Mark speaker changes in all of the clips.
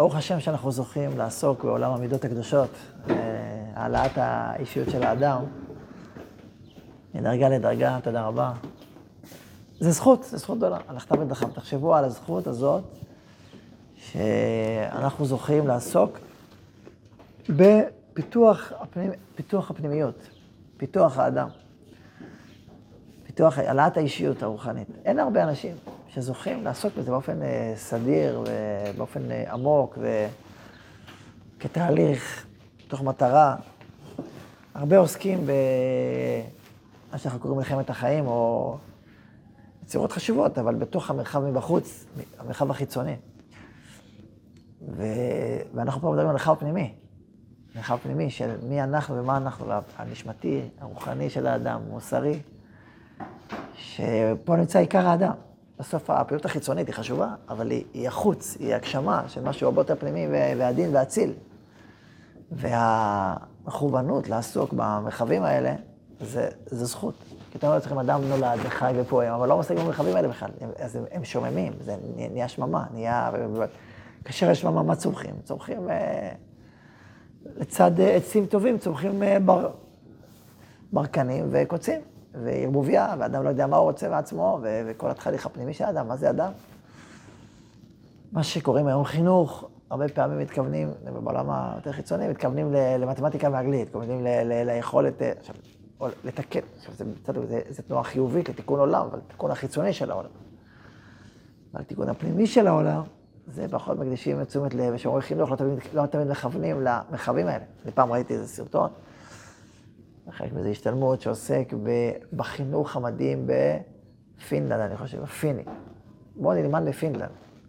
Speaker 1: ברוך השם שאנחנו זוכים לעסוק בעולם המידות הקדושות, העלאת האישיות של האדם, מדרגה לדרגה, תודה רבה. זה זכות גדולה. אנחנו תמיד תחשבו על הזכות הזאת, שאנחנו זוכים לעסוק בפיתוח הפנימיות, פיתוח האדם, פיתוח העלאת האישיות הרוחנית. אין הרבה אנשים שזוכים לעסוק בזה באופן סדיר ובאופן עמוק וכתהליך, תוך מטרה. הרבה עוסקים במה שאנחנו קוראים מלחמת החיים או יצירות חשובות, אבל בתוך המרחב מבחוץ, המרחב החיצוני. ואנחנו פה מדברים על מרחב פנימי. מרחב פנימי של מי אנחנו ומה אנחנו, הנשמתי, הרוחני של האדם, מוסרי, שפה נמצא עיקר האדם. בסוף הפעילות החיצונית היא חשובה, אבל היא החוץ, היא הגשמה של משהו הרבה יותר פנימי ועדין ואציל. והמכוונות לעסוק במרחבים האלה, זה זכות. כי אתם לא צריכים אדם נולד וחי ופועם, אבל לא מסתכלים במרחבים האלה בכלל. אז הם שוממים, זה נהיה שממה, כאשר יש שממה, מה צומחים? צומחים לצד עצים טובים, צומחים ברקנים וקוצים. וערבוביה, ואדם לא יודע מה הוא רוצה מעצמו, וכל התהליך הפנימי של האדם, מה זה אדם? מה שקוראים היום חינוך, הרבה פעמים מתכוונים, בעולם היותר חיצוני, מתכוונים למתמטיקה ואנגלית, מתכוונים ליכולת, עכשיו, לתקן, עכשיו זה תנועה חיובית לתיקון עולם, אבל תיקון החיצוני של העולם. אבל תיקון הפנימי של העולם, זה פחות מקדישים את תשומת לב, ושאומרים חינוך, לא תמיד מכוונים למרחבים האלה. אני פעם ראיתי איזה סרטון, חלק מזה השתלמות שעוסק בחינוך המדהים בפינלנד, אני חושב, הפיני. בואו נלמד בפינלנד.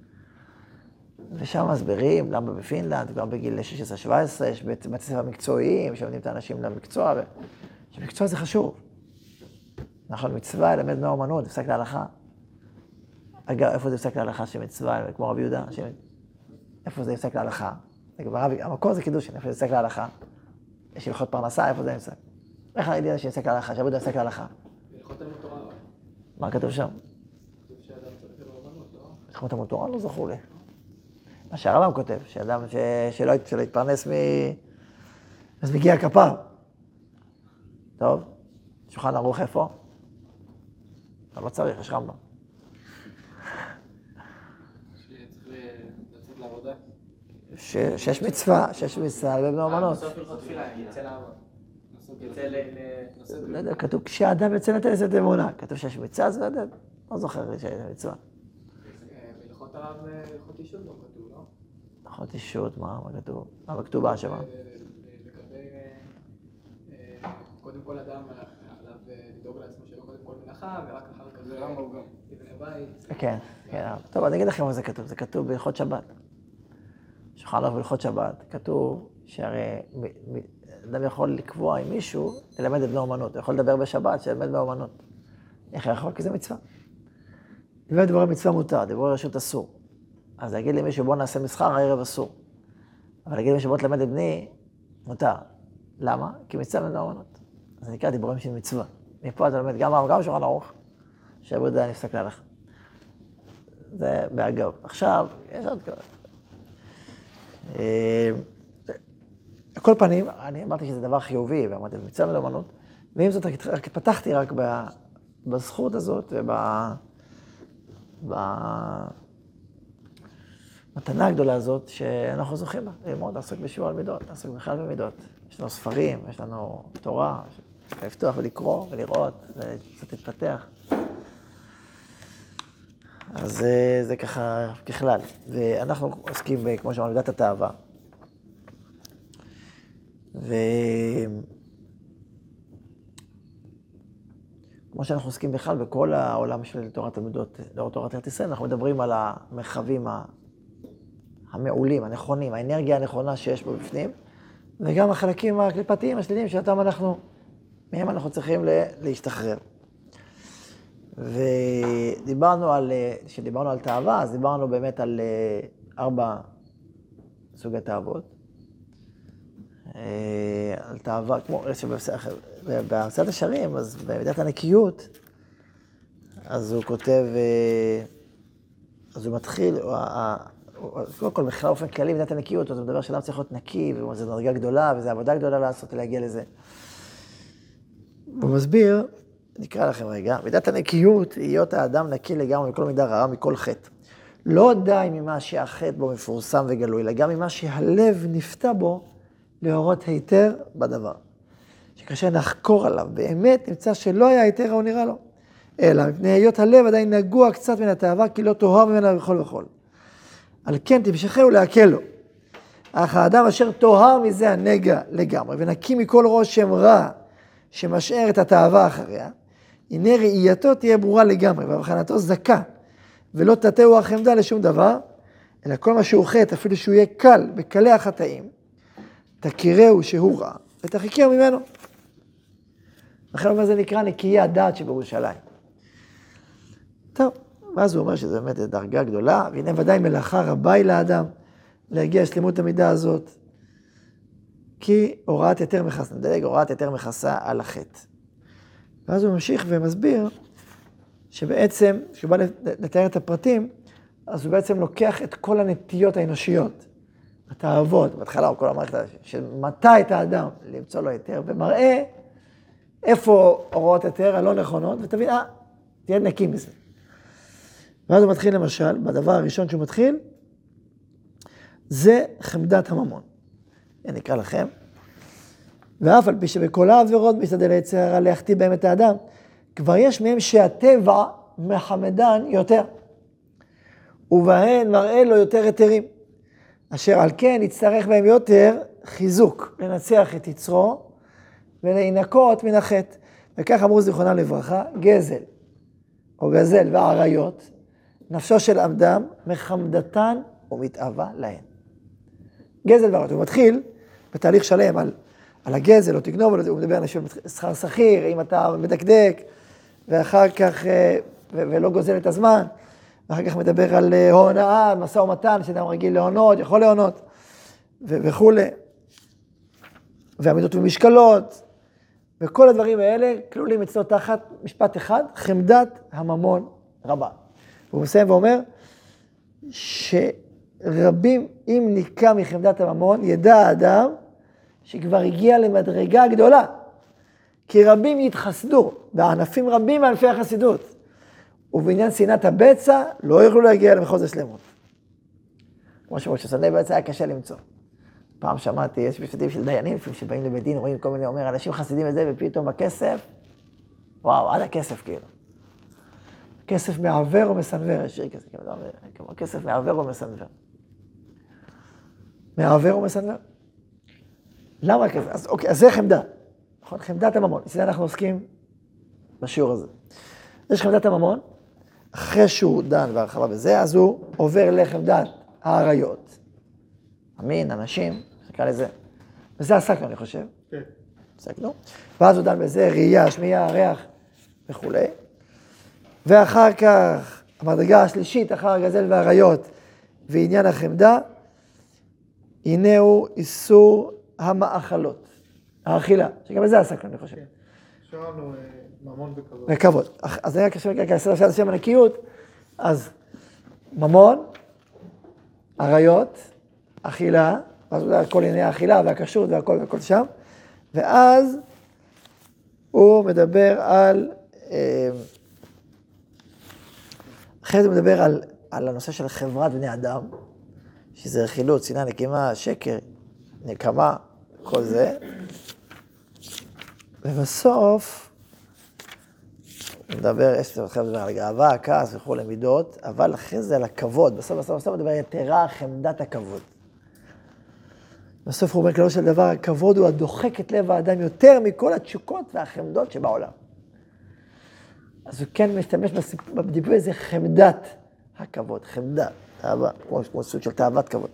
Speaker 1: ושם מסבירים למה בפינלנד, כבר בגיל 16-17, יש בתי ספר מקצועיים, שעומדים את האנשים למקצוע, שמקצוע זה חשוב. נכון, מצווה ללמד מהאומנות, הפסק להלכה. אגב, איפה זה הפסק להלכה שמצווה, כמו רבי יהודה? איפה זה הפסק להלכה? המקור זה קידושין, איפה זה הפסק להלכה? יש הלכות פרנסה, איפה זה נפסק? איך אני יודע שיפסק להלכה, שעבוד יפסק להלכה?
Speaker 2: הלכות תלמוד תורה.
Speaker 1: מה כתוב שם?
Speaker 2: כתוב שאדם צריך לאומנות, לא?
Speaker 1: הלכות תלמוד תורה לא זכור לי. מה שהרמב"ם כותב, שאדם שלא יתפרנס מגיע כפר. טוב, שולחן ערוך איפה? לא צריך, יש רמב"ם.
Speaker 2: שצריך לצאת לעבודה?
Speaker 1: שיש מצווה לבן אומנות.
Speaker 2: בסוף הלכות תפילה, יצא לעבוד.
Speaker 1: לא יודע, כתוב, כשאדם יוצא לטייסת אמונה, כתוב שיש מצווה, אז לא זוכר שיש מצווה.
Speaker 2: בהלכות הרב, הלכות אישות לא כתוב, לא?
Speaker 1: הלכות אישות, מה כתוב? מה בכתובה שמה?
Speaker 2: לגבי, קודם כל אדם עליו לדאוג לעצמו שלא קודם כל מלאכה, ורק אחר כך זה יבנה בית.
Speaker 1: כן. טוב, אני אגיד לכם מה זה כתוב. זה כתוב בהלכות שבת. שולחן ערוך בהלכות שבת, כתוב שהרי אדם יכול לקבוע עם מישהו ללמד את בני אומנות. הוא יכול לדבר בשבת שלמד בני אומנות. איך יכול? כי זה מצווה. דבר דברי מצווה מותר, דברי רשות אסור. אז להגיד למישהו בוא נעשה מסחר, הערב אסור. אבל להגיד למישהו בוא תלמד את בני, מותר. למה? כי מצווה בני אומנות. אז זה נקרא דיבורים של מצווה. מפה אתה לומד גם שולחן ערוך, שעבוד זה נפסק להלכה. זה באגב. עכשיו, יש עוד כאלה. על כל פנים, אני אמרתי שזה דבר חיובי, ואמרתי, זה מצווה לאומנות, ועם זאת, רק פתחתי רק בזכות הזאת, ובמתנה הגדולה הזאת, שאנחנו זוכים בה, ללמוד, לעסוק בשיעור על מידות, לעסוק בכלל במידות. יש לנו ספרים, יש לנו תורה, לפתוח ולקרוא ולראות, וקצת להתפתח. אז זה ככה ככלל, ואנחנו עוסקים, כמו שאמרנו, מידת התאווה. כמו שאנחנו עוסקים בכלל בכל העולם של תורת המידות, לאור תורת ארץ ישראל, אנחנו מדברים על המרחבים המעולים, הנכונים, האנרגיה הנכונה שיש בו בפנים, וגם החלקים הקליפתיים, השליליים, שאותם מהם אנחנו צריכים להשתחרר. ודיברנו על תאווה, אז דיברנו באמת על 4 סוגי תאוות. על תאווה, כמו בהרצאת השערים, אז במידת הנקיות, אז הוא כותב, אז הוא מתחיל, קודם כל, בכלל אופן כללי, מידת הנקיות, הוא מדבר שאדם צריך להיות נקי, וזו דרגה גדולה, וזו עבודה גדולה לעשות, להגיע לזה. הוא מסביר, נקרא לכם רגע, מידת הנקיות היא להיות האדם נקי לגמרי מכל מידה רעה, מכל חטא. לא די ממה שהחטא בו מפורסם וגלוי, אלא גם ממה שהלב נפתה בו להורות היתר בדבר. שכאשר נחקור עליו, באמת נמצא שלא היה היתר או נראה לו. אלא מפני היות הלב עדיין נגוע קצת מן התאווה, כי לא טוהר ממנה בכל וכל. על כן תמשכהו להקל לו. אך האדם אשר טוהר מזה הנגע לגמרי, ונקי מכל רושם רע שמשאר את התאווה אחריה, הנה ראייתו תהיה ברורה לגמרי, והבחנתו זכה, ולא תטעו החמדה לשום דבר, אלא כל מה שהוא חטא, אפילו שהוא יהיה קל בקלי החטאים, תכירהו שהוא רע, ותחיקהו ממנו. לכן אומר זה נקרא נקיי הדעת שבירושלים. טוב, ואז הוא אומר שזה באמת דרגה גדולה, והנה ודאי מלאכה רבה היא לאדם, להגיע לשלמות המידה הזאת, כי הוראת יותר מכסה, נדלג, הוראת יותר מכסה על החטא. ואז הוא ממשיך ומסביר, שבעצם, כשהוא בא לתאר את הפרטים, אז הוא בעצם לוקח את כל הנטיות האנושיות, התאוות, בהתחלה הוא כל המערכת, שמטה את האדם למצוא לו היתר, ומראה איפה הוראות היתר הלא נכונות, ותבין, תהיה נקי מזה. ואז הוא מתחיל למשל, בדבר הראשון שהוא מתחיל, זה חמדת הממון. אני אקרא לכם. ואף על פי שבכל העבירות משתדל היצר הרע להחטיא בהם את האדם, כבר יש מהם שהטבע מחמדן יותר, ובהן מראה לו יותר היתרים, אשר על כן יצטרך בהם יותר חיזוק, לנצח את יצרו ולהינקות מן החטא. וכך אמרו זיכרונם לברכה, גזל או גזל ועריות, נפשו של אדם מחמדתן ומתאווה להן. גזל ועריות, הוא מתחיל בתהליך שלם על הגזל, או תגנוב, הוא מדבר על שכר שכיר, אם אתה מדקדק, ואחר כך, ולא גוזל את הזמן, ואחר כך מדבר על הונאה, משא ומתן, שאדם רגיל להונות, יכול להונות, וכו'. ועמידות ומשקלות, וכל הדברים האלה כלולים אצלו תחת משפט אחד, חמדת הממון רבה. והוא מסיים ואומר, שרבים, אם ניקה מחמדת הממון, ידע האדם שכבר הגיע למדרגה גדולה, כי רבים יתחסדו, בענפים רבים מענפי החסידות, ובעניין שנאת הבצע לא יוכלו להגיע למחוז השלמות. כמו ששונאי בצע היה קשה למצוא. פעם שמעתי, יש משפטים של דיינים, שבאים לבית דין, רואים כל מיני, אומר, אנשים חסידים את זה, ופתאום הכסף, וואו, עד הכסף כאילו. כסף מעבר או מסנבר, יש שיר כזה, כמו כסף מעבר או מסנבר. מעבר או מסנבר. למה כזה? אז אוקיי, אז זה חמדה. נכון? חמדת הממון. אצלנו אנחנו עוסקים בשיעור הזה. יש חמדת הממון, אחרי שהוא דן בהרחבה בזה, אז הוא עובר לחמדת העריות. המין, אנשים, נקרא לזה. וזה עסקנו, אני חושב. כן. עסקנו. ואז הוא דן בזה, ראייה, שמיעה, ריח וכו'. ואחר כך, המדרגה השלישית, אחר הגזל והעריות, ועניין החמדה, הנה הוא איסור המאכלות, האכילה, שגם בזה עסקנו, אני חושב.
Speaker 3: שאלנו ממון וכבוד.
Speaker 1: וכבוד. אז זה היה קשור כעשר שם הנקיות, אז ממון, עריות, אכילה, אז כל ענייני האכילה והקשרות והכל שם, ואז הוא מדבר אחרי זה הוא מדבר על הנושא של חברת בני אדם, שזה רכילות, שנאה, נקימה, שקר, נקמה, כל זה. ובסוף, הוא מדבר, יש לדבר על גאווה, כעס וכו' למידות, אבל אחרי זה על הכבוד, בסוף הוא מדבר יתרה חמדת הכבוד. בסוף הוא אומר כללו של דבר, הכבוד הוא הדוחק את לב האדם יותר מכל התשוקות והחמדות שבעולם. אז הוא כן משתמש בדיבור הזה חמדת הכבוד, חמדה, תאווה, כמו סוג של תאוות כבוד.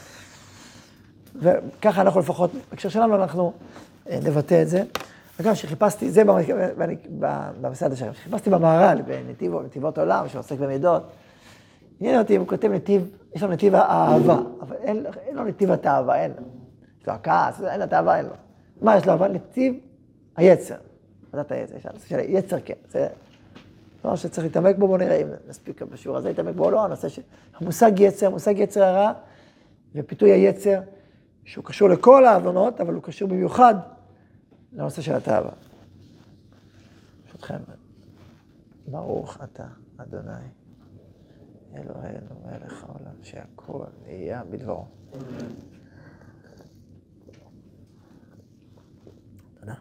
Speaker 1: וככה אנחנו לפחות, בהקשר שלנו אנחנו נבטא את זה. אגב, שחיפשתי, זה במשרד השם, שחיפשתי במהר"ל, בנתיבות עולם, שעוסק במידות, עניין אותי, הוא כותב נתיב, יש לו נתיב האהבה, אבל אין לו נתיב התאווה, אין לו. יש לו הכעס, אין לו תאווה, אין לו. מה יש לו? אבל נתיב היצר. עדת היצר, יש לו, יצר כן, זה דבר שצריך להתעמק בו, בוא נראה אם נספיק בשיעור הזה להתעמק בו או לא, הנושא של המושג יצר הרע, ופיתוי היצר, שהוא קשור לכל העוונות, אבל הוא קשור במיוחד לנושא של התאווה. ברשותכם, ברוך אתה, אדוני, אלוהינו מלך העולם, שהכל יהיה בדברו. תודה.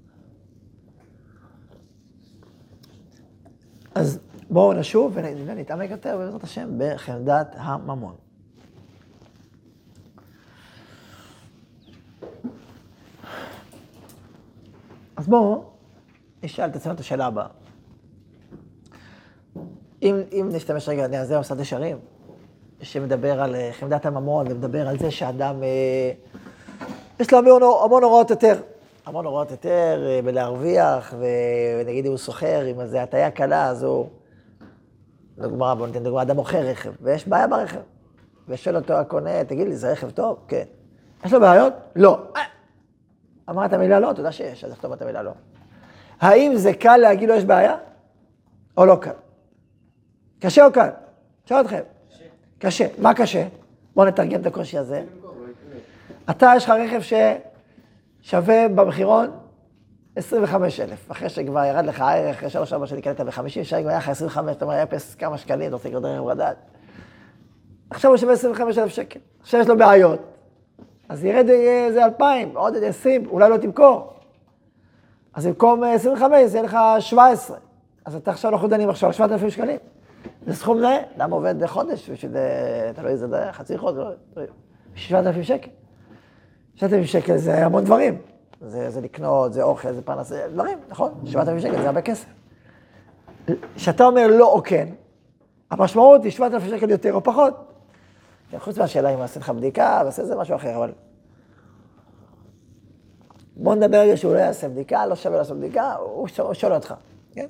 Speaker 1: אז בואו נשוב ונתעמק יותר בעזרת השם בחמדת הממון. אז בואו נשאל את עצמנו את השאלה הבאה. אם נשתמש רגע, נעזר מסעד ישרים, שמדבר על חמדת הממון ומדבר על זה שאדם, יש לו המון הוראות יותר. המון הוראות יותר בלהרוויח, ונגיד אם הוא סוחר, אם זה הטעיה קלה, אז הוא, בוא ניתן דוגמה, אדם מוכר רכב, ויש בעיה ברכב. ושואל אותו הקונה, תגיד לי, זה רכב טוב? כן. יש לו בעיות? לא. אמרת המילה לא, אתה יודע שיש, אז תכתוב את המילה לא. האם זה קל להגיד לו יש בעיה? או לא קל? קשה או קל? שואל אתכם. קשה. מה קשה? בואו נתרגם את הקושי הזה. אתה, יש לך רכב ששווה במחירון 25,000. אחרי שכבר ירד לך הערך, אחרי 3-4 שנים קנית ב-50, שהיה לך 25, אתה אומר, אפס כמה שקלים, אתה רוצה לקרוא דרך רדד. עכשיו הוא שווה 25,000 שקל. עכשיו יש לו בעיות. אז ירד איזה 2,000, עוד 20, אולי לא תמכור. אז במקום 25, זה יהיה לך 17. אז אתה עכשיו אנחנו דנים עכשיו על 7,000 שקלים. זה סכום נאה, אדם עובד בחודש, בשביל, תלוי, זה חצי חודש, 7,000 שקל. 7,000 שקל זה המון דברים. זה לקנות, זה אוכל, זה פרנס, זה דברים, נכון? 7,000 שקל זה הרבה כסף. כשאתה אומר לא או כן, המשמעות היא 7,000 שקל יותר או פחות. חוץ מהשאלה אם עשית לך בדיקה, ועשה זה משהו אחר, אבל בוא נדבר רגע שהוא לא יעשה בדיקה, לא שווה לעשות בדיקה, הוא שואל אותך, כן?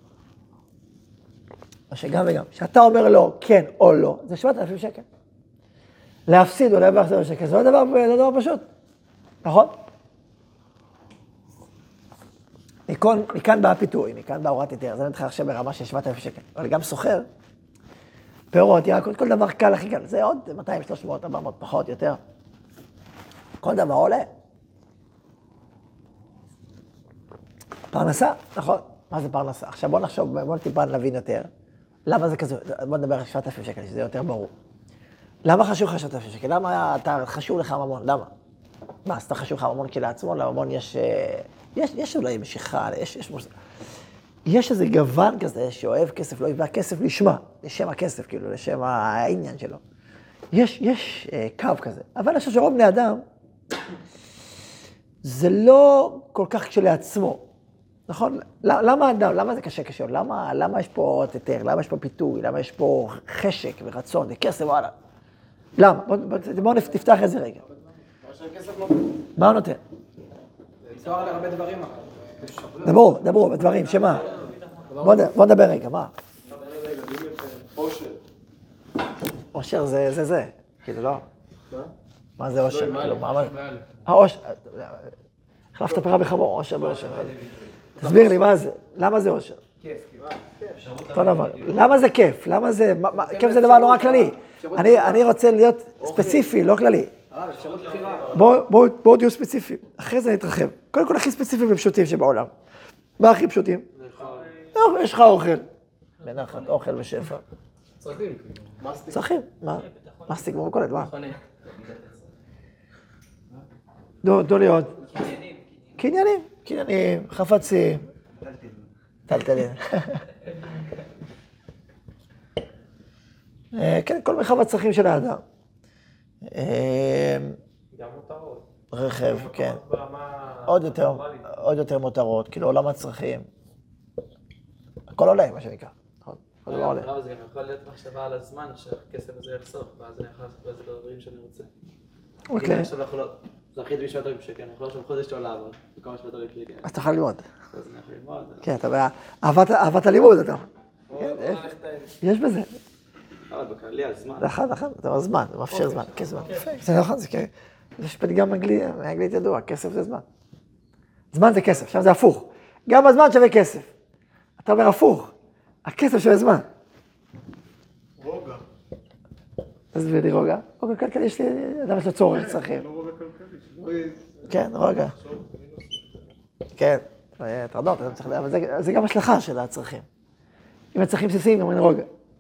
Speaker 1: או שגם וגם, שאתה אומר לו כן או לא, זה 7,000 שקל. להפסיד או להביא 10,000 שקל, זה לא דבר פשוט, נכון? מכאן בא הפיתוי, מכאן בא הוראת היתר, זה נתחיל עכשיו ברמה של 7,000 שקל, אבל גם סוחר, פירות, ירקות, כל דבר קל, הכי קל, זה עוד 200, 300, 400, פחות, יותר. כל דבר עולה. פרנסה, נכון. מה זה פרנסה? עכשיו בוא נחשוב, בוא טיפה נבין יותר. למה זה כזה? בוא נדבר על 7,000 שקל, שזה יותר ברור. למה חשוב לך 7,000 שקל? למה אתה חשוב לך ממון? למה? מה, אז אתה חשוב לך ממון כלעצמו? לממון יש אולי משיכה, יש איזה גוון כזה שאוהב כסף, לא יביא כסף לשם הכסף, כאילו, לשם העניין שלו. יש קו כזה. אבל אני חושב שרוב בני אדם, זה לא כל כך כשלעצמו. נכון? למה זה קשה? למה יש פה היתר? למה יש פה פיתוי? למה יש פה חשק ורצון וכסף וואלה? למה? בואו נפתח את זה רגע. מה הוא נותן?
Speaker 2: זה תואר להרבה דברים.
Speaker 1: דברו, בדברים, שמה? בוא נדבר רגע, מה? אושר זה, כאילו לא? מה זה אושר? האושר, החלפת פרה בחמור, אושר באושר. תסביר לי מה זה, למה זה אושר? אותו דבר, למה זה כיף? כיף זה דבר נורא כללי. אני רוצה להיות ספציפי, לא כללי. בואו תהיו ספציפיים, אחרי זה נתרחב. קודם כל הכי ספציפיים ופשוטים שבעולם. מה הכי פשוטים? יש לך אוכל. בנחת, אוכל ושפע. צרכים. מה? מסטיק ומקולת, מה? דו לי עוד. קניינים, חפצים. טלטלים. כן, כל מרחב הצרכים של האדם.
Speaker 4: גם מותרות.
Speaker 1: רכב, כן. עוד יותר מותרות, כאילו עולם הצרכים. הכל עולה, מה שנקרא.
Speaker 4: אבל זה גם יכול להיות מחשבה על הזמן שהכסף הזה יחסוך, ואז אני יכול לעשות בזה דברים שאני רוצה.
Speaker 1: אוקיי.
Speaker 4: עכשיו אנחנו לא... זכית ב7,000 שקל, אני יכול עכשיו חודש לא לעבוד, וכל 7,000 שקל.
Speaker 1: אז אתה יכול ללמוד.
Speaker 4: אז אני יכול ללמוד.
Speaker 1: כן, אתה אומר, אהבת הלימוד, אתה. יש בזה.
Speaker 4: אבל בכללי, הזמן.
Speaker 1: נכון, אתה אומר זמן, זה מאפשר זמן, כסף. זה נכון, זה יש פתגם מאנגלית ידוע, כסף זה זמן. זמן זה כסף, עכשיו זה הפוך. גם הזמן שווה כסף. אתה אומר הפוך, הכסף שווה זמן.
Speaker 3: רוגע.
Speaker 1: תסביר לי רוגע. רוגע כלכלי, יש לי, אדם יש לו צורך, צרכים.
Speaker 3: לא רוגע כלכלי. שלא יהיה...
Speaker 1: כן, רוגע. כן, טרדות, אבל זה גם השלכה של הצרכים. אם הצרכים בסיסיים, גם אין רוגע.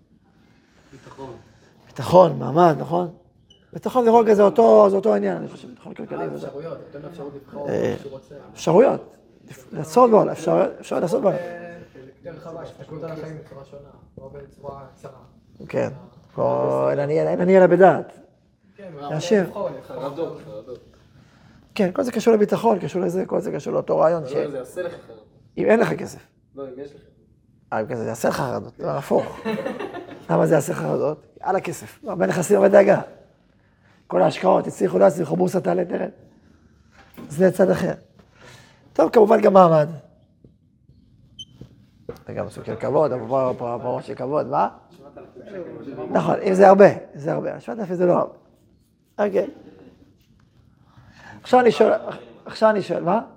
Speaker 1: ביטחון, מעמד, נכון? ביטחון ורוגע זה אותו העניין, אני חושב, ביטחון כלכלי וזה.
Speaker 2: אפשרויות, יותר מאפשרות לבחור מה שהוא רוצה.
Speaker 1: אפשרויות, לעשות גול, אפשר לעשות גול.
Speaker 2: יותר רחבה, שתקלות על החיים בצורה שונה, לא בצורה קצרה.
Speaker 1: כן, אין אני אלא בדעת.
Speaker 2: כן,
Speaker 1: להשאיר.
Speaker 2: חרדות.
Speaker 1: כן, כל זה קשור לביטחון, קשור לזה, כל זה קשור לאותו רעיון
Speaker 4: לא, זה יעשה לך חרדות.
Speaker 1: אם אין לך כסף.
Speaker 4: לא, אם יש לך.
Speaker 1: אם כזה, זה יעשה לך חרדות, זה הפוך. למה זה יעשה חרדות? על הכסף, הרבה נכסים, הרבה דאגה. כל ההשקעות, הצליחו, לא הצליחו, בורסה תעלה תרד. זה צד אחר. טוב, כמובן גם מעמד. זה גם סוג של כבוד, אבל פרוות של כבוד, מה? נכון, אם זה הרבה, זה הרבה. 7,000 זה לא הרבה. אוקיי. עכשיו אני שואל, מה?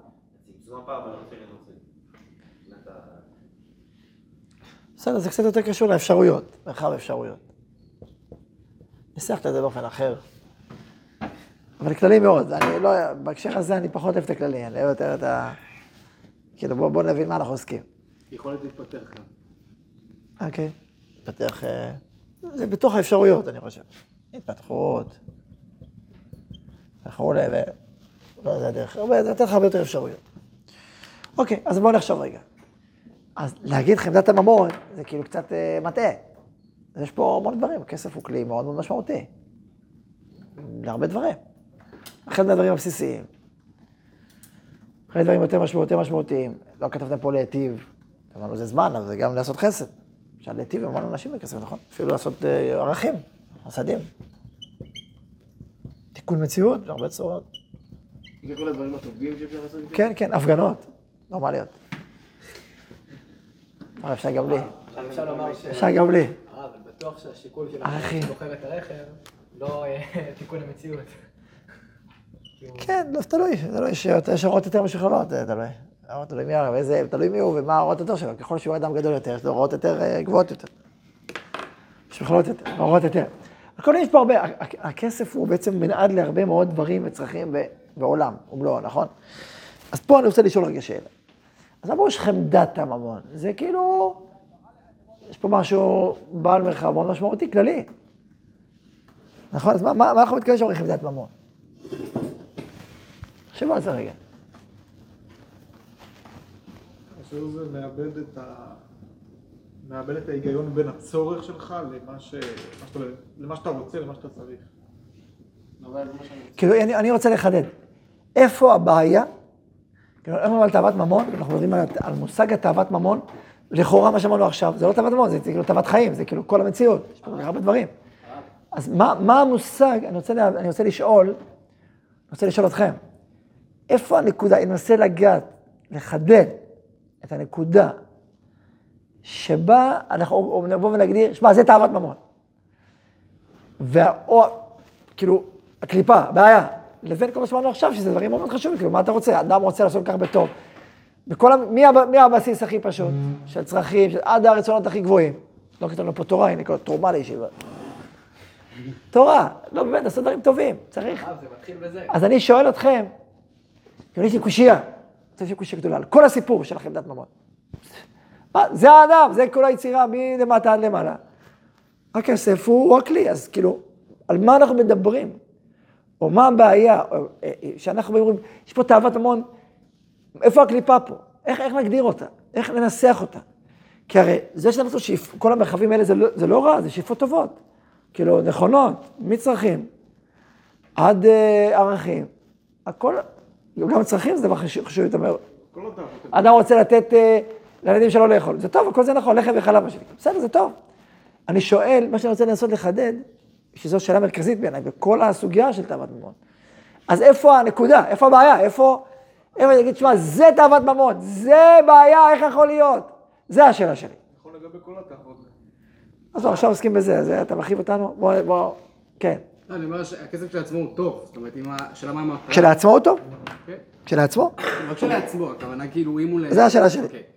Speaker 1: בסדר, זה קצת יותר קשור לאפשרויות, מרחב אפשרויות. ניסחת את זה באופן אחר. אבל כללי מאוד, אני לא, בהקשר הזה אני פחות אוהב את הכללי, אני אוהב יותר את ה... כאילו בוא נבין מה אנחנו עוסקים.
Speaker 3: יכולת להתפתח גם.
Speaker 1: אוקיי, להתפתח, זה בתוך האפשרויות, אני חושב. התפתחות, וכולי, לא, זה הדרך, זה יותר הרבה יותר אפשרויות. אוקיי, אז בואו נחשוב רגע. אז להגיד חמדת הממון, זה כאילו קצת מטעה. יש פה המון דברים, הכסף הוא כלי מאוד מאוד משמעותי. להרבה דברים. אחד מהדברים הבסיסיים. אחד הדברים יותר משמעותיים. לא כתבתם פה להיטיב. אמרנו, זה זמן, אבל זה גם לעשות חסד. אפשר להיטיב עם המון אנשים בכסף, נכון? אפילו לעשות ערכים, חסדים. תיקון מציאות, הרבה צורות.
Speaker 3: זה כל הדברים הטובים שאפשר לעשות?
Speaker 1: כן, כן, הפגנות. נורמליות. אבל אפשר גם לי.
Speaker 2: אפשר לומר
Speaker 1: אפשר גם לי.
Speaker 2: אבל בטוח שהשיקול של
Speaker 1: ערכים.
Speaker 2: בוחר את הרכב, לא תיקון המציאות.
Speaker 1: כן, לא, תלוי, יש הוראות יותר משוכללות, תלוי מי הוא ומה ההוראות יותר שלו, ככל שהוא אדם גדול יותר, יש לו הוראות יותר גבוהות יותר, משוכללות יותר, הוראות יותר. הכל יש פה הרבה, הכסף הוא בעצם מנעד להרבה מאוד דברים וצרכים בעולם, ומלואו, נכון? אז פה אני רוצה לשאול רגע שאלה. אז למה יש חמדת הממון? זה כאילו, יש פה משהו בעל מרחב מאוד משמעותי, כללי. נכון? אז מה אנחנו מתכוונים שאומרים חמדת ממון? תחשבו על זה רגע.
Speaker 3: כאשר זה מאבד את ההיגיון בין הצורך שלך למה שאתה רוצה, למה שאתה צריך.
Speaker 1: כאילו, אני רוצה לחדד. איפה הבעיה? כאילו, אנחנו מדברים על תאוות ממון, אנחנו מדברים על מושג התאוות ממון, לכאורה מה שאמרנו עכשיו, זה לא תאוות ממון, זה כאילו תאוות חיים, זה כאילו כל המציאות, יש פה הרבה דברים. אז מה המושג, אני רוצה לשאול אתכם, איפה הנקודה, אני מנסה לגעת, לחדד את הנקודה, שבה אנחנו נבוא ונגדיר, שמע, זה תאוות ממון. כאילו, הקליפה, בעיה, לבין כל מה שאמרנו עכשיו, שזה דברים מאוד חשובים, כאילו, מה אתה רוצה? אדם רוצה לעשות כך בטוב. מי הבסיס הכי פשוט? של צרכים, עד הרצונות הכי גבוהים. לא כתבנו פה תורה, הנה, תרומה לישיבה. תורה, לא באמת, לעשות דברים טובים, צריך.
Speaker 2: זה מתחיל בזה.
Speaker 1: אז אני שואל אתכם, יש לי קושייה, יש לי קושייה גדולה, על כל הסיפור של חמדת ממון. זה האדם, זה כל היצירה, מלמטה עד למעלה. הכסף הוא הכלי, אז כאילו, על מה אנחנו מדברים? או מה הבעיה? שאנחנו אומרים, יש פה תאוות ממון, איפה הקליפה פה? איך נגדיר אותה? איך ננסח אותה? כי הרי זה שאנחנו כל המרחבים האלה זה לא רע, זה שאיפות טובות. כאילו, נכונות, מצרכים, עד ערכים. הכל, גם צרכים זה דבר חשוב יותר מאוד. אדם רוצה לתת לילדים שלו לאכול. זה טוב, הכל זה נכון, לחם וחלב מה שלי. בסדר, זה טוב. אני שואל, מה שאני רוצה לנסות לחדד, שזו שאלה מרכזית בעיניי, בכל הסוגיה של תאוות ממון. אז איפה הנקודה? איפה הבעיה? איפה אני אגיד, שמה, זה תאוות ממון, זה בעיה, איך יכול להיות? זה השאלה שלי.
Speaker 3: נכון לגבי כל התאוות.
Speaker 1: אז לא, עכשיו עוסקים בזה, אז אתה מרחיב אותנו? בוא, כן.
Speaker 5: לא, אני אומר שהכסף כשלעצמו הוא טוב, זאת אומרת, השאלה מה המטרה.
Speaker 1: כשלעצמו הוא טוב?
Speaker 5: כן.
Speaker 1: כשלעצמו?
Speaker 5: רק כשלעצמו, הכוונה כאילו אם הוא...
Speaker 1: זה השאלה שלי.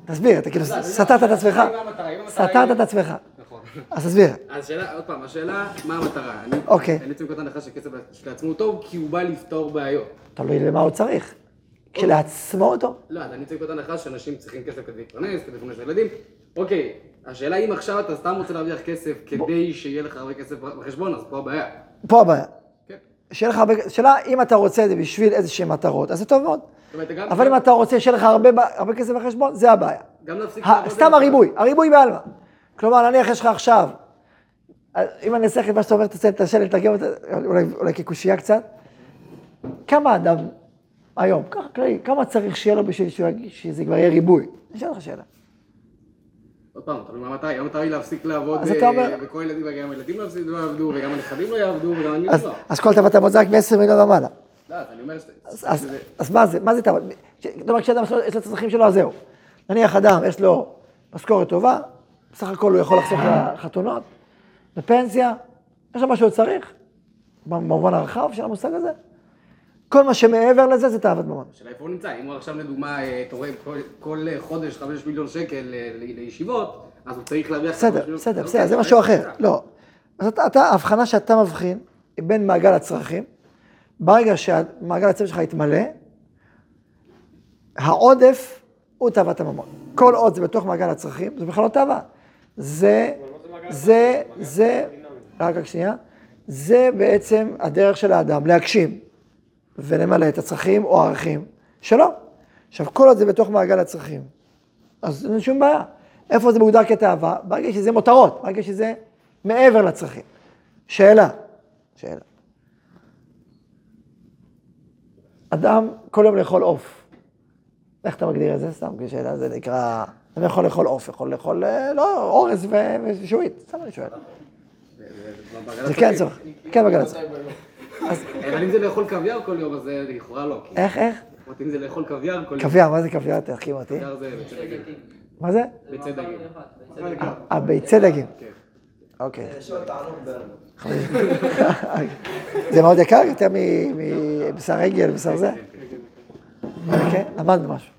Speaker 1: תסביר, אתה כאילו סתרת את עצמך. סתרת את עצמך.
Speaker 5: נכון.
Speaker 1: אז תסביר.
Speaker 5: אז עוד פעם, השאלה, מה המטרה?
Speaker 1: אוקיי.
Speaker 5: אני יוצא מנקודת הנחה שהכסף לעצמו הוא טוב, כי הוא בא לפתור בעיות.
Speaker 1: תלוי למה הוא צריך. כשלעצמו אותו.
Speaker 5: לא, אז אני יוצא מנקודת הנחה שאנשים צריכים כסף כדי להתפרנס, כדי לפרנס ילדים. אוקיי, השאלה אם עכשיו אתה סתם רוצה להרוויח כסף כדי שיהיה לך הרבה כסף בחשבון, אז פה הבעיה.
Speaker 1: פה הבעיה.
Speaker 5: כן.
Speaker 1: שיהיה לך הרבה, שאלה, אם אתה רוצה את זה בשביל איזושהי מטרות, אז זה טוב מאוד.
Speaker 5: זאת אומרת, גם-
Speaker 1: אבל אם אתה רוצה שיהיה לך הרבה כסף בחשבון, זה הבעיה.
Speaker 5: גם להפסיק לעבוד...
Speaker 1: סתם הריבוי בעלמא. כלומר, נניח יש לך עכשיו, אם אני אעשה את מה שאתה אומר, תעשה לתרגם אותה, אולי כקושייה קצת. כמה אדם היום, ככה כללי, כמה צריך שיהיה לו בשביל שזה כבר יהיה ריבוי? אני אשאל לך שאלה.
Speaker 5: עוד פעם, תלוי מה המטרה, המטרה היא להפסיק לעבוד,
Speaker 1: אז אתה אומר-
Speaker 5: וכל ילדים, וגם הילדים לא יעבדו, וגם הנכדים לא יעבדו, וגם אני לא.
Speaker 1: אז כל תאוות המות זה רק מ-10 מיליון ומעלה.
Speaker 5: לא, אז אני אומר...
Speaker 1: אז מה זה תאוות? כלומר, כשאדם יש לו את הצרכים שלו, אז זהו. נניח אדם, יש לו משכורת טובה, בסך הכל הוא יכול לחסוך לחתונות, לפנסיה, יש לו מה שהוא צריך, במובן הרחב של המושג הזה. כל מה שמעבר לזה זה תאוות ממון.
Speaker 5: השאלה איפה הוא נמצא, אם הוא עכשיו לדוגמה תורם כל חודש 5 מיליון שקל לישיבות, אז הוא צריך להרוויח...
Speaker 1: בסדר, זה משהו אחר. לא. אז ההבחנה שאתה מבחין היא בין מעגל הצרכים, ברגע שהמעגל הצרכים שלך יתמלא, העודף הוא תאוות הממון. כל עוד זה בתוך מעגל הצרכים, זה בכלל לא תאווה. רק שנייה, זה בעצם הדרך של האדם להגשים ולמלא את הצרכים או הערכים שלו. עכשיו, כל עוד זה בתוך מעגל הצרכים, אז אין שום בעיה. איפה זה מוגדר כתאווה? ברגע שזה מותרות, ברגע שזה מעבר לצרכים. שאלה. אדם כל יום לאכול עוף. איך אתה מגדיר את זה? סתם כשאלה, זה נקרא... אדם יכול לאכול עוף, יכול לאכול, לא, אורז ושועית. סתם אני שואל. זה כן צורך. כן בגלל הצורך.
Speaker 5: אבל אם זה לאכול קוויאר כל יום, אז זה לכאורה לא.
Speaker 1: איך?
Speaker 5: אם זה לאכול קוויאר כל יום...
Speaker 1: קוויאר, מה זה קוויאר? תחכים אותי.
Speaker 5: קוויאר זה ביצי דגים.
Speaker 1: מה זה?
Speaker 5: ביצי דגים.
Speaker 1: ביצי דגים.
Speaker 5: כן.
Speaker 1: אוקיי. זה מאוד יקר יותר מבשר רגל, בשר זה? כן, למדנו משהו.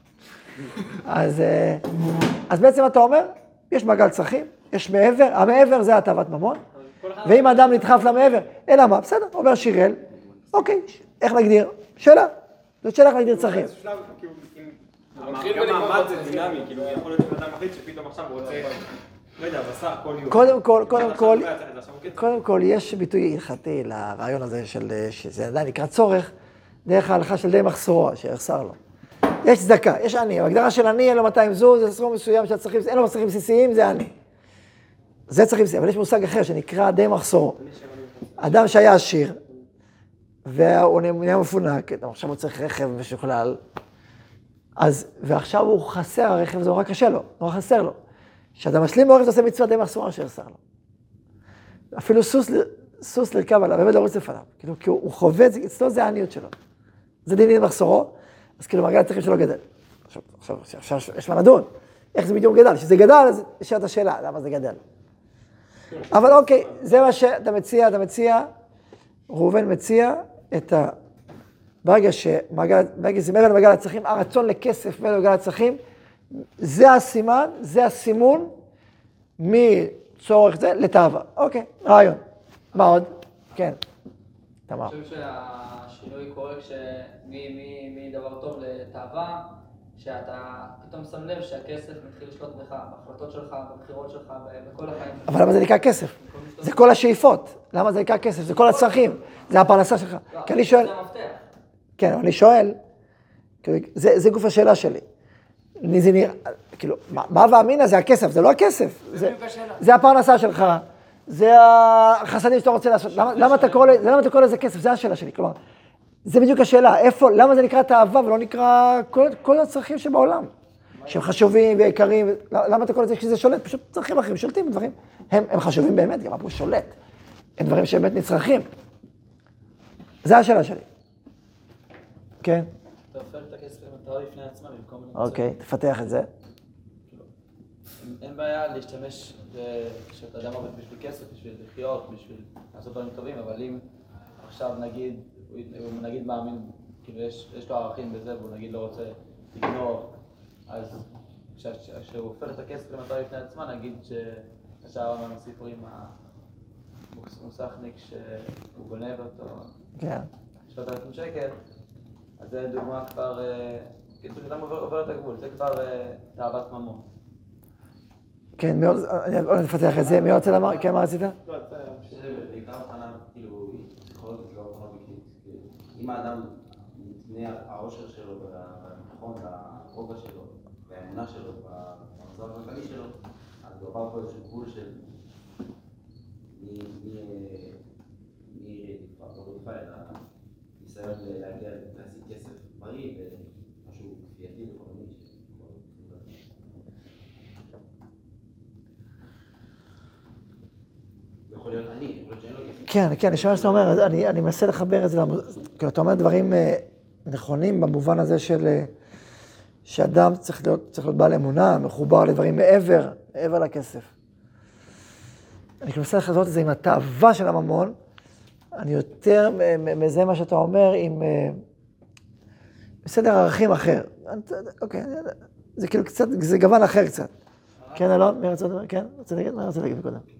Speaker 1: אז בעצם אתה אומר, יש מעגל צרכים, יש מעבר, המעבר זה התאוות ממון, ואם האדם נדחף למעבר, אלא מה? בסדר, אומר שיראל, אוקיי, איך נגדיר? שאלה. זאת שאלה איך נגדיר צרכים.
Speaker 6: גם מעמד זה דינמי, כאילו יכול להיות שאדם מחליט שפתאום עכשיו הוא רוצה, לא יודע, בשר כל יום.
Speaker 1: קודם כל, יש ביטוי הלכתי לרעיון הזה שזה עדיין נקרא צורך, דרך ההלכה של די מחסורו, שיחסר לו. יש צדקה, יש עני, ההגדרה של עני אין לו 200 זוז, זה סכום מסוים של הצרכים, אין לו צרכים בסיסיים, זה עני. זה צרכים בסיסיים, אבל יש מושג אחר שנקרא די מחסורו. אדם שהיה עשיר, והוא נהיה מפונק, עכשיו הוא צריך רכב משוכלל, ועכשיו הוא חסר הרכב, זה נורא קשה לו, נורא חסר לו. כשאתה משלים ברכב, אתה עושה מצווה די מחסורה שיחסר לו. אפילו סוס לרכב עליו, באמת לרוץ לפניו, כי הוא חווה את זה, אצלו זה העניות שלו. זה די מחסורו, אז כאילו מעגל הצרכים שלו גדל. עכשיו יש מה לדון, איך זה בדיוק גדל? כשזה גדל, אז יש את השאלה, למה זה גדל? אבל אוקיי, זה מה שאתה מציע, ראובן מציע את ברגע שזה מעבר למעגל הצרכים, הרצון לכסף מעבר למעגל הצרכים, זה הסימן, זה הסימון מצורך זה לתאווה. אוקיי, רעיון. מה עוד? כן. תמר.
Speaker 4: אני חושב שהשינוי קורה מדבר טוב לתאווה, שאתה פתאום שם לב שהכסף מתחיל לשלוט בך, בהחלטות שלך, בבחירות שלך, בכל החיים.
Speaker 1: אבל למה זה נקרא כסף? זה כל השאיפות. למה זה נקרא כסף? זה כל הצרכים. זה הפרנסה שלך. כי אני שואל...
Speaker 4: זה המפתח.
Speaker 1: כן, אני שואל, זה גוף השאלה שלי. זה נראה, כאילו, מה ואמינה זה הכסף, זה לא הכסף. זה הפרנסה שלך, זה החסדים שאתה רוצה לעשות. למה אתה קורא לזה כסף? זה השאלה שלי. כלומר, זה בדיוק השאלה. איפה, למה זה נקרא תאווה ולא נקרא כל הצרכים שבעולם? שהם חשובים ויקרים. למה אתה קורא לזה כשזה שולט? פשוט צרכים אחרים, שולטים בדברים. הם חשובים באמת, גם אמרו שולט. הם דברים שבאמת נצרכים. זה השאלה שלי. כן.
Speaker 4: אתה הופך את הכסף למטרה לפני עצמה במקום...
Speaker 1: אוקיי, תפתח את זה.
Speaker 4: אין בעיה להשתמש שאתה אדם עובד בשביל כסף, בשביל לחיות, בשביל לעשות דברים טובים, אבל אם עכשיו נגיד, הוא נגיד מאמין, כאילו יש לו ערכים בזה, והוא נגיד לא רוצה לגנוב, אז
Speaker 7: כשהוא הופך את הכסף למטרה בפני עצמה, נגיד שהשאר מהסיפורים המוסכניק שהוא גונב אותו,
Speaker 1: כן.
Speaker 7: 7,000 שקל, אז זה דוגמה כבר, קיצור שאדם עובר את הגבול, זה כבר תאוות ממון.
Speaker 1: כן, מאוד, אני נפתח את זה, מי רוצה לומר? כן, מה רצית?
Speaker 8: שזה בעיקר הבחנה, כאילו, פסיכולוגית, לא הבחנה אובייקטיבית. אם האדם מתנה העושר שלו והביטחון, הרוגע שלו, והאמונה שלו, במצב הכלכלי שלו, אז הוא עבר פה איזשהו גבול של מרדיפה אלא ניסיון להגיע להשיג כסף בריא ומשהו כפייתי וחולמי. יכול להיות אני, יכול להיות שאין לו כסף.
Speaker 1: כן, אני שומע שאתה אומר, אני מנסה לחבר את זה, כאילו אתה אומר דברים נכונים במובן הזה של שאדם צריך להיות בעל אמונה, מחובר לדברים מעבר לכסף. אני מנסה לחזות את זה עם התאווה של הממון, אני יותר מזה מה שאתה אומר עם בסדר ערכים אחר. אוקיי, זה כאילו קצת, זה גוון אחר קצת. כן, אלון? מי רוצה לדבר? כן? רוצה להגיד? מה רוצה להגיד קודם?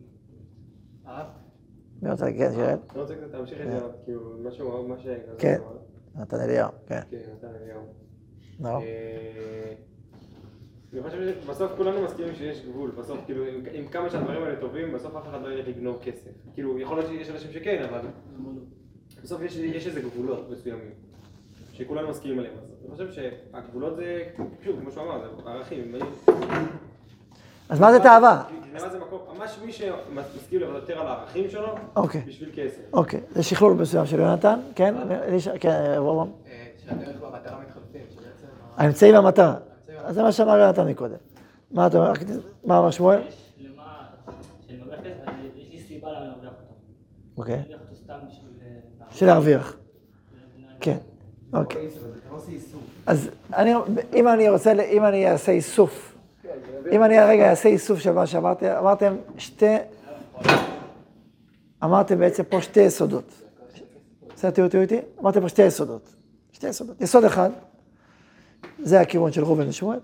Speaker 1: מי רוצה להגיד? כן, שירד?
Speaker 6: אני רוצה קצת להמשיך את זה, כאילו, משהו, מה ש...
Speaker 1: כן, נתן אליהו, כן.
Speaker 6: כן, נתן אליהו.
Speaker 1: נו.
Speaker 6: אני חושב שבסוף כולנו מסכימים שיש גבול, בסוף כאילו עם כמה שהדברים האלה טובים, בסוף אף אחד לא ילך לגנוב כסף. כאילו יכול להיות שיש אנשים שכן, אבל בסוף יש איזה גבולות מסוימים שכולנו מסכימים עליהם. אז אני חושב שהגבולות זה, שוב, כמו שהוא אמר, זה ערכים.
Speaker 1: אז מה זה תאווה?
Speaker 6: נראה זה מקום, ממש מי שמסכים לוותר על הערכים שלו בשביל כסף.
Speaker 1: אוקיי, זה שכלול מסוים של יונתן, כן? כן, רובם.
Speaker 2: שהדרך והמטרה מתחלפים, שבעצם...
Speaker 1: האמצעי והמטרה. אז זה מה שאמר יונתן מקודם. מה אתה אומר? מה אמר שמואל?
Speaker 9: שאני מרוויח כסף, יש לי סיבה למה להרוויח אותו.
Speaker 1: אוקיי.
Speaker 9: אני מרוויח אותו סתם
Speaker 1: בשביל להרוויח. כן, אוקיי. אז אם אני אעשה איסוף, אם אני הרגע אעשה איסוף של מה שאמרתי, אמרתם בעצם פה שתי יסודות. תראו איתי? אמרתם פה שתי יסודות. יסוד אחד, זה הכיוון של ראובן ושמואל,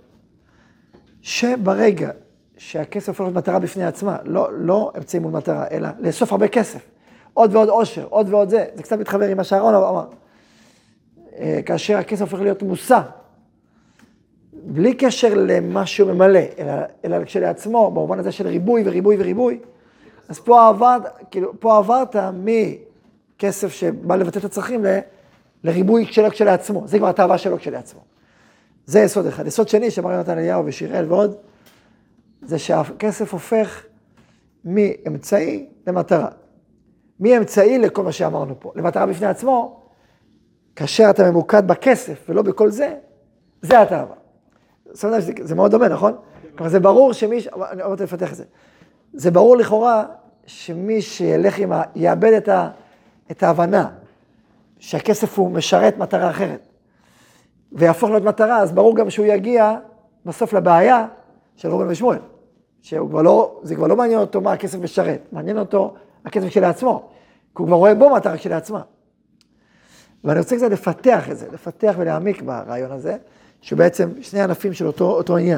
Speaker 1: שברגע שהכסף הופך להיות מטרה בפני עצמה, לא אמצעי מול מטרה, אלא לאסוף הרבה כסף, עוד ועוד עושר, עוד ועוד זה קצת מתחבר עם מה שאהרון אמר. כאשר הכסף הופך להיות מושא, בלי קשר למה שהוא ממלא, אלא כשלעצמו, במובן הזה של ריבוי וריבוי וריבוי, אז פה עברת מכסף שבא לבטא את הצרכים לריבוי שלו כשלעצמו, זה כבר התאווה שלו כשלעצמו. זה יסוד אחד. יסוד שני שאמר יונתן אליהו ושיראל ועוד, זה שהכסף הופך מאמצעי למטרה. מאמצעי לכל מה שאמרנו פה, למטרה בפני עצמו, כאשר אתה ממוקד בכסף ולא בכל זה, זה התאווה. זה מאוד דומה, נכון? כלומר, זה ברור אני רוצה לפתח את זה. זה ברור לכאורה שמי שילך יאבד את ההבנה שהכסף הוא משרת מטרה אחרת, ויהפוך להיות מטרה, אז ברור גם שהוא יגיע בסוף לבעיה של ראובן ושמואל, זה כבר לא מעניין אותו מה הכסף משרת, מעניין אותו הכסף כשלעצמו, כי הוא כבר רואה בו מטרה כשלעצמה. ואני רוצה קצת לפתח את זה, לפתח ולהעמיק ברעיון הזה, שהוא בעצם שני ענפים של אותו עניין.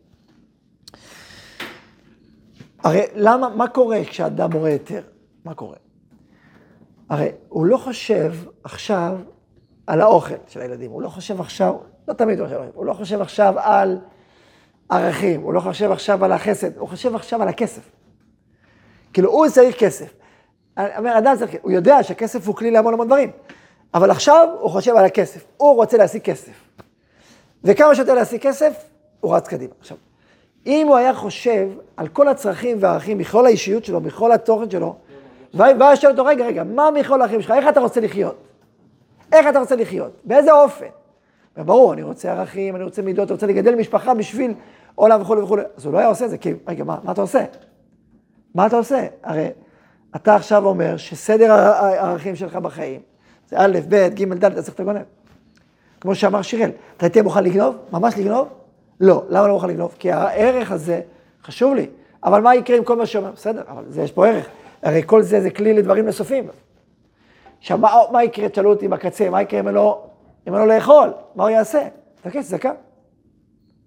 Speaker 1: הרי מה קורה כשאדם מורה היתר? מה קורה? הרי הוא לא חושב עכשיו על האוכל של הילדים, הוא לא חושב עכשיו, לא תמיד הוא לא חושב עכשיו על ערכים, הוא לא חושב עכשיו על החסד, הוא חושב עכשיו על הכסף. כאילו הוא צריך כסף. אדם צריך, הוא יודע שהכסף הוא כלי להמון דברים, אבל עכשיו הוא חושב על הכסף, הוא רוצה להשיג כסף. וכמה שיותר להשיג כסף, הוא רץ קדימה. עכשיו, אם הוא היה חושב על כל הצרכים והערכים, מכל האישיות שלו, מכל התוכן שלו, ואז שואל אותו, רגע, מה מכל הערכים שלך? איך אתה רוצה לחיות? איך אתה רוצה לחיות? באיזה אופן? וברור, אני רוצה ערכים, אני רוצה מידות, אני רוצה לגדל משפחה בשביל עולם וכו' וכו'. אז הוא לא היה עושה את זה, כי, רגע, מה אתה עושה? מה אתה עושה? הרי אתה עכשיו אומר שסדר הערכים שלך בחיים, זה א', ב', ג', ד', אתה צריך לגונב. כמו שאמר שיראל, אתה תהיה מוכן לגנוב? ממש לגנוב? לא. למה לא מוכן לגנוב? כי הערך הזה חשוב לי. אבל מה יקרה עם כל מה שאומר? בסדר, אבל יש פה ערך. הרי כל זה כלי לדברים נוספים. עכשיו, מה יקרה? תשאלו אותי בקצה, מה יקרה אם לא לאכול? מה הוא יעשה? תקש, צדקה.
Speaker 8: הרב,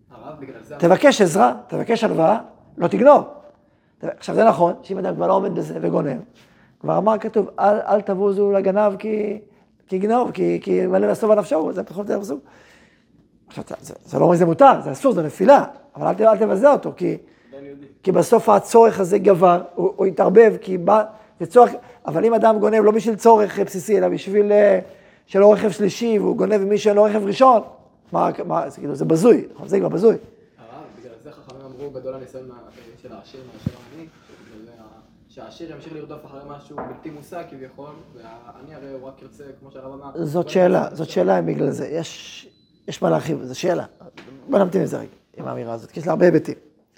Speaker 2: בגלל זה...
Speaker 1: תבקש עזרה, תבקש הלוואה, לא תגנוב. עכשיו זה נכון, שאם אדם כבר לא עומד בזה וגונב, כבר אמר כתוב, אל תבוזו לגנב כי גנוב, כי מלא לסוף על נפשו, זה פחות זה הפסוק. עכשיו, זה לא אומר שזה מותר, זה אסור, זה נפילה, אבל אל תבזה אותו, כי בסוף הצורך הזה גבר, הוא יתערבב, כי זה צורך, אבל אם אדם גונב לא בשביל צורך בסיסי, אלא בשביל שלא רכב שלישי, והוא גונב ממי שאין לו רכב ראשון, זה בזוי, זה כבר בזוי.
Speaker 2: בגלל זה חכמים אמרו גדול הניסיון של העשיר מאשר העני, שהעשיר ימשיך לרדוף אחרי משהו בלתי מושג כביכול, והעני הרי הוא רק ירצה, כמו שהרב אמר.
Speaker 1: זאת שאלה בגלל זה, יש מה להרחיב, זו שאלה. בוא נמתין לזה רגע, עם האמירה הזאת, כי יש לה הרבה היבטים.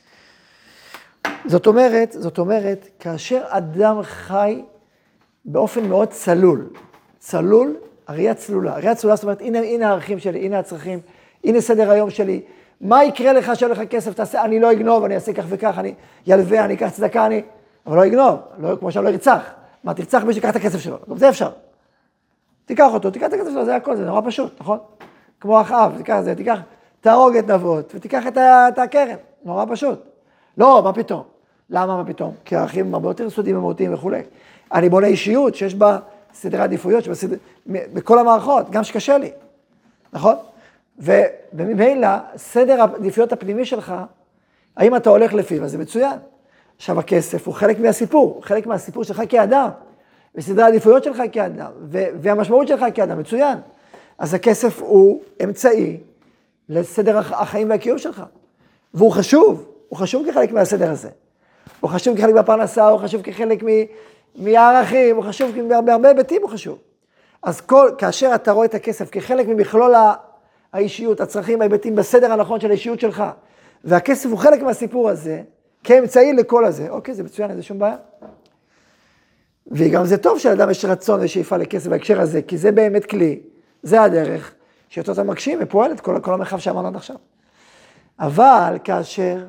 Speaker 1: זאת אומרת, כאשר אדם חי באופן מאוד צלול, הראייה צלולה, זאת אומרת, הנה הערכים שלי, הנה הצרכים, הנה סדר היום שלי, מה יקרה לך שאין לך כסף, תעשה, אני לא אגנוב, אני אעשה כך וכך, אני ילווה, אני אקח צדקה, אבל לא אגנוב, כמו שאני לא ארצח. מה, תרצח מי שיקח את הכסף שלו, גם זה אפשר. תיקח אותו, תיקח את הכסף שלו, זה הכל, זה נורא פשוט, נכון? כמו אחאב, תהרוג את נבות, ותיקח את הקרן, נורא פשוט. לא, מה פתאום? למה מה פתאום? כי הערכים הרבה יותר סודיים ומהותיים וכו'. אני בונה אישיות שיש בה סדרי עדיפויות, בכל המערכות, גם שקשה לי, נכון? וממילא, סדר העדיפויות הפנימי שלך, האם אתה הולך לפיו, אז זה מצוין. עכשיו, הכסף הוא חלק מהסיפור, חלק מהסיפור שלך כאדם, וסדרי העדיפויות שלך כאדם, והמשמעות שלך כאדם, מצוין. אז הכסף הוא אמצעי לסדר החיים והקיום שלך. והוא חשוב כחלק מהסדר הזה. הוא חשוב כחלק מהפרנסה, הוא חשוב כחלק מהערכים, הוא חשוב בהרבה היבטים, הוא חשוב. אז כאשר אתה רואה את הכסף כחלק ממכלול האישיות, הצרכים, ההיבטים בסדר הנכון של האישיות שלך, והכסף הוא חלק מהסיפור הזה, כאמצעי לכל הזה, אוקיי, זה מצוין, אין שום בעיה. וגם זה טוב שלאדם יש רצון ושאיפה לכסף בהקשר הזה, כי זה באמת כלי, זה הדרך, שאותו אתה מגשים ופועלת כל המרחב שאמרנו עד עכשיו. אבל כאשר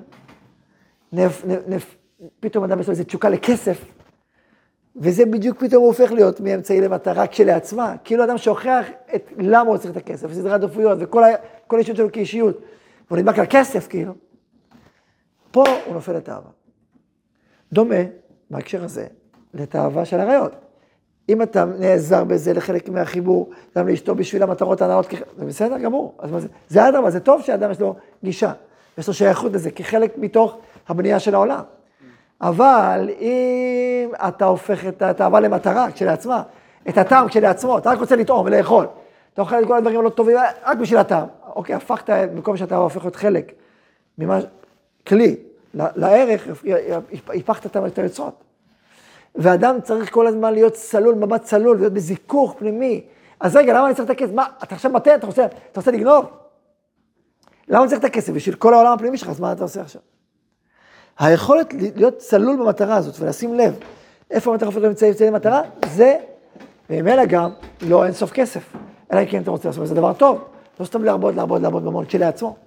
Speaker 1: פתאום אדם יש לו איזו תשוקה לכסף, וזה בדיוק פתאום הוא הופך להיות מאמצעי למטרה כשלעצמה, כאילו אדם שוכח את למה הוא צריך את הכסף, וסדרי עדיפויות, וכל האישיות שלו כאישיות, והוא נדבק לכסף כאילו. פה הוא נופל לתאווה. דומה, בהקשר הזה, לתאווה של עריות. אם אתה נעזר בזה לחלק מהחיבור, גם לאשתו בשביל המטרות הנאות, זה בסדר גמור. זה אדרבה, זה טוב שהאדם יש לו גישה, יש לו שייכות לזה, כחלק מתוך הבנייה של העולם. אבל אם אתה הופך את התאווה למטרה כשלעצמה, את הטעם כשלעצמו, אתה רק רוצה לטעום ולאכול, אתה אוכל את כל הדברים הלא טובים רק בשביל הטעם. אוקיי, הפכת במקום שאתה הופך להיות חלק כלי לערך, הפכת את היוצרות. ואדם צריך כל הזמן להיות צלול, מבט צלול, להיות בזיכוך פנימי. אז רגע, למה אני צריך את הכסף? מה, אתה עכשיו מטה, אתה רוצה לגנוב? למה אני צריך את הכסף? בשביל כל העולם הפנימי שלך, אז מה אתה עושה עכשיו? היכולת להיות צלול במטרה הזאת, ולשים לב, איפה אתה הופך לאמצעי למטרה, זה, וממילא גם, לא אין סוף כסף. אלא אם כן אתה רוצה לעשות, זה דבר טוב. לא סתם לעבוד במון כשלעצמו.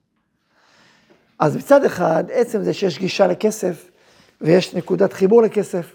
Speaker 1: אז מצד אחד, עצם זה שיש גישה לכסף, ויש נקודת חיבור לכסף,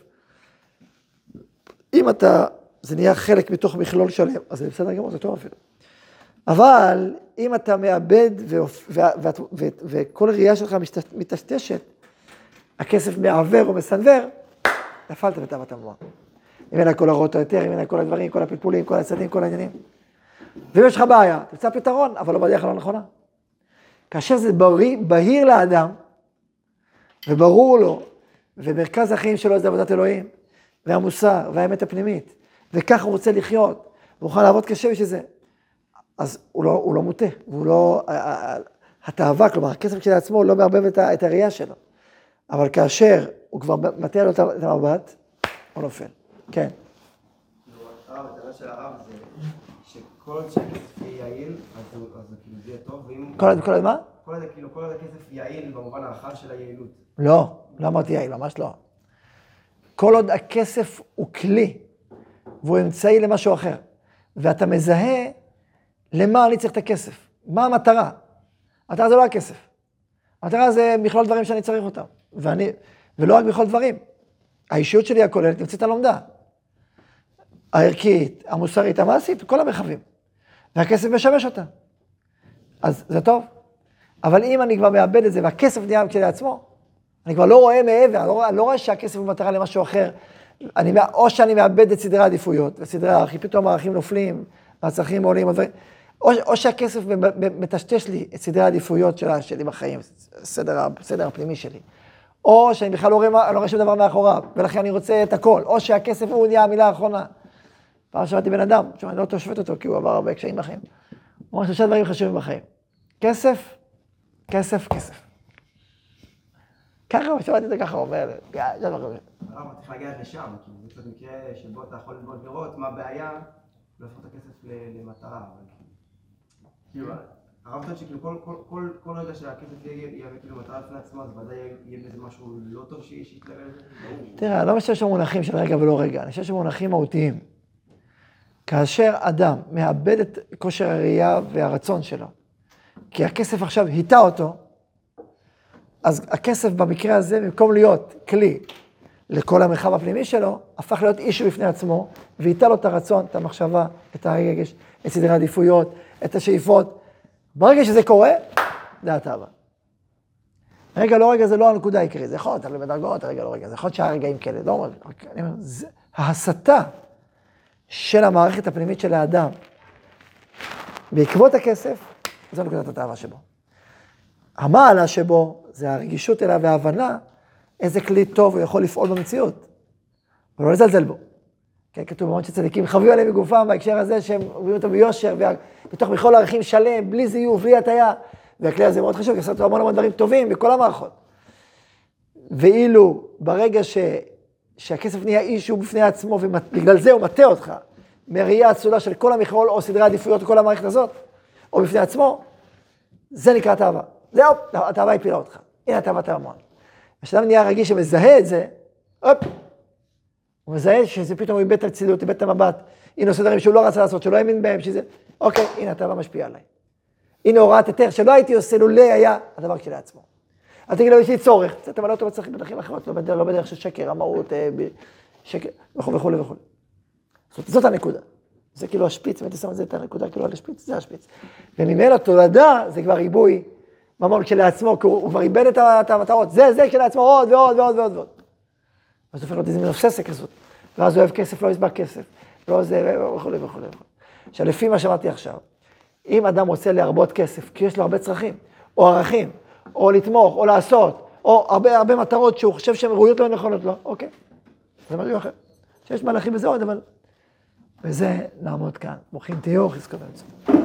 Speaker 1: אם זה נהיה חלק מתוך מכלול שלם, אז זה בסדר גמור, זה טוב אפילו. אבל אם אתה מאבד וכל ראייה שלך מטשטשת, הכסף מעבר או מסנבר, נפלת בתאוות המוח. אם אין כל הרעות היותר, אם אין כל הדברים, כל הפלפולים, כל הצדים, כל העניינים. ואם יש לך בעיה, תמצא פתרון, אבל לא בדרך לא נכונה. כאשר זה בהיר לאדם, וברור לו, ומרכז החיים שלו זה עבודת אלוהים, והמוסר, והאמת הפנימית, וכך הוא רוצה לחיות, והוא יכול לעבוד קשה בשביל זה, אז הוא לא מוטה, והוא לא, התאווה, כלומר, הכסף כשלעצמו לא מערבב את הראייה שלו, אבל כאשר הוא כבר מטה לו את המבט, הוא נופל. כן.
Speaker 10: המטרה של הרב זה שכל עוד שהכסף יהיה יעיל, אז זה יהיה טוב, ואם...
Speaker 1: כל עוד מה?
Speaker 10: כל עוד הכסף יעיל במובן הרחב של היעילות.
Speaker 1: לא אמרתי יעיל, ממש לא. כל עוד הכסף הוא כלי, והוא אמצעי למשהו אחר, ואתה מזהה למה אני צריך את הכסף, מה המטרה? המטרה זה לא הכסף. המטרה זה מכלול דברים שאני צריך אותם, ולא רק מכלול דברים. האישיות שלי הכוללת נמצאת הלומדה. הערכית, המוסרית, המעשית, כל המרחבים. והכסף משמש אותה. אז זה טוב. אבל אם אני כבר מאבד את זה, והכסף נהיה כשלעצמו, אני כבר לא רואה מעבר, אני לא רואה שהכסף הוא מטרה למשהו אחר, או שאני מאבד את סדרי העדיפויות, וסדרי הערכים, פתאום הערכים נופלים, והצרכים עולים, או שהכסף מטשטש לי את סדרי העדיפויות שלי בחיים, סדר הפנימי שלי, או שאני בכלל לא רואה שום דבר מאחוריו, ולכן אני רוצה את הכל, או שהכסף הוא נהיה המילה האחרונה. פעם שמעתי בן אדם, שאני לא תושבת אותו, כי הוא עבר הרבה קשיים בחיים. הוא אומר 3 דברים חשובים בחיים. כסף, כסף, כסף. ככה, שמעתי את זה ככה, הוא אומר,
Speaker 10: הרב, צריך להגיע לשם, כי זה קצת מקרה שבו אתה יכול ללמוד לראות מה הבעיה, להפוך את הכסף למטרה. כאילו, הרב טוען שכאילו כל רגע שהכסף יהיה כאילו מטרה לפני עצמה, אז ודאי יהיה בזה משהו לא טוב שיתלווה לזה.
Speaker 1: תראה, אני לא חושב שמונחים של רגע ולא רגע, אני חושב שמונחים מהותיים. כאשר אדם מאבד את כושר הראייה והרצון שלו, כי הכסף עכשיו היטה אותו, אז הכסף במקרה הזה, במקום להיות כלי לכל המרחב הפנימי שלו, הפך להיות אישו בפני עצמו, והיטה לו את הרצון, את המחשבה, את הרגש, את סדרי העדיפויות, את השאיפות. ברגע שזה קורה, זה התאווה. רגע לא רגע זה לא הנקודה העיקרית, זה יכול להיות, אבל בדרגות, רגע לא רגע, זה יכול להיות שהרגעים כאלה, לא אומר, אני אומר, ההסתה של המערכת הפנימית של האדם, בעקבות הכסף, זו נקודת התאווה שבו. המעלה שבו, זה הרגישות אליו וההבנה, איזה כלי טוב הוא יכול לפעול במציאות, ולא לזלזל בו. כן, כתוב במות שצדיקים חביאו עליהם בגופם, בהקשר הזה שהם רואים אותו ביושר, בתוך בכל ערכים שלם, בלי זיוף, בלי הטיה, והכלי הזה מאוד חשוב, כי עושה אותו המון דברים טובים בכל המערכות. ואילו ברגע שהכסף נהיה אישו בפני עצמו, ובגלל זה הוא מטה אותך, מראייה הצולה של כל המכלול או סדרי העדיפויות או כל המערכת הזאת, או בפני עצמו, זה נקרא התאווה. זהו, התאווה הפילה אותך. הנה התאוות ההמון. כשאדם נהיה רגיש שמזהה את זה, הוא מזהה שזה פתאום הוא איבד את הצילות, איבד את המבט, הנה עושה דברים שהוא לא רצה לעשות, שלא האמין בהם, שזה, אוקיי, הנה התאווה משפיעה עליי. הנה הוראת היתר שלא הייתי עושה לולא היה הדבר כשלעצמו. אז תגיד לו, יש לי צורך, אתה מלא אותו בצרכים בדרכים אחרות, לא בדרך של שקר, רמאות, שקר, וכו'. זאת הנקודה. זה כאילו השפיץ, ואתה שם את זה את הנקודה כאילו על השפיץ, זה השפיץ. וממנו תולדה, זה כבר ריבוי ממון כשלעצמו, כי הוא כבר איבד את המטרות, זה כשלעצמו עוד ועוד ועוד ועוד ועוד. אז הוא הופך להיות איזה מין אובססיה כזאת, ואז הוא אוהב כסף, לא יסבר כסף, לא זה, וכו'. עכשיו, לפי מה שאמרתי עכשיו, אם אדם רוצה להרבות כסף, כי יש לו הרבה צרכים, או ערכים, או לתמוך, או לעשות, או הרבה מטרות שהוא חושב שהן ראויות לו ונכונות לו, אוקיי, זה משהו אחר. שיש מהלכים בזה עוד, אבל בזה נעמוד כאן. ברוכים תהיו, חזקו באמצע.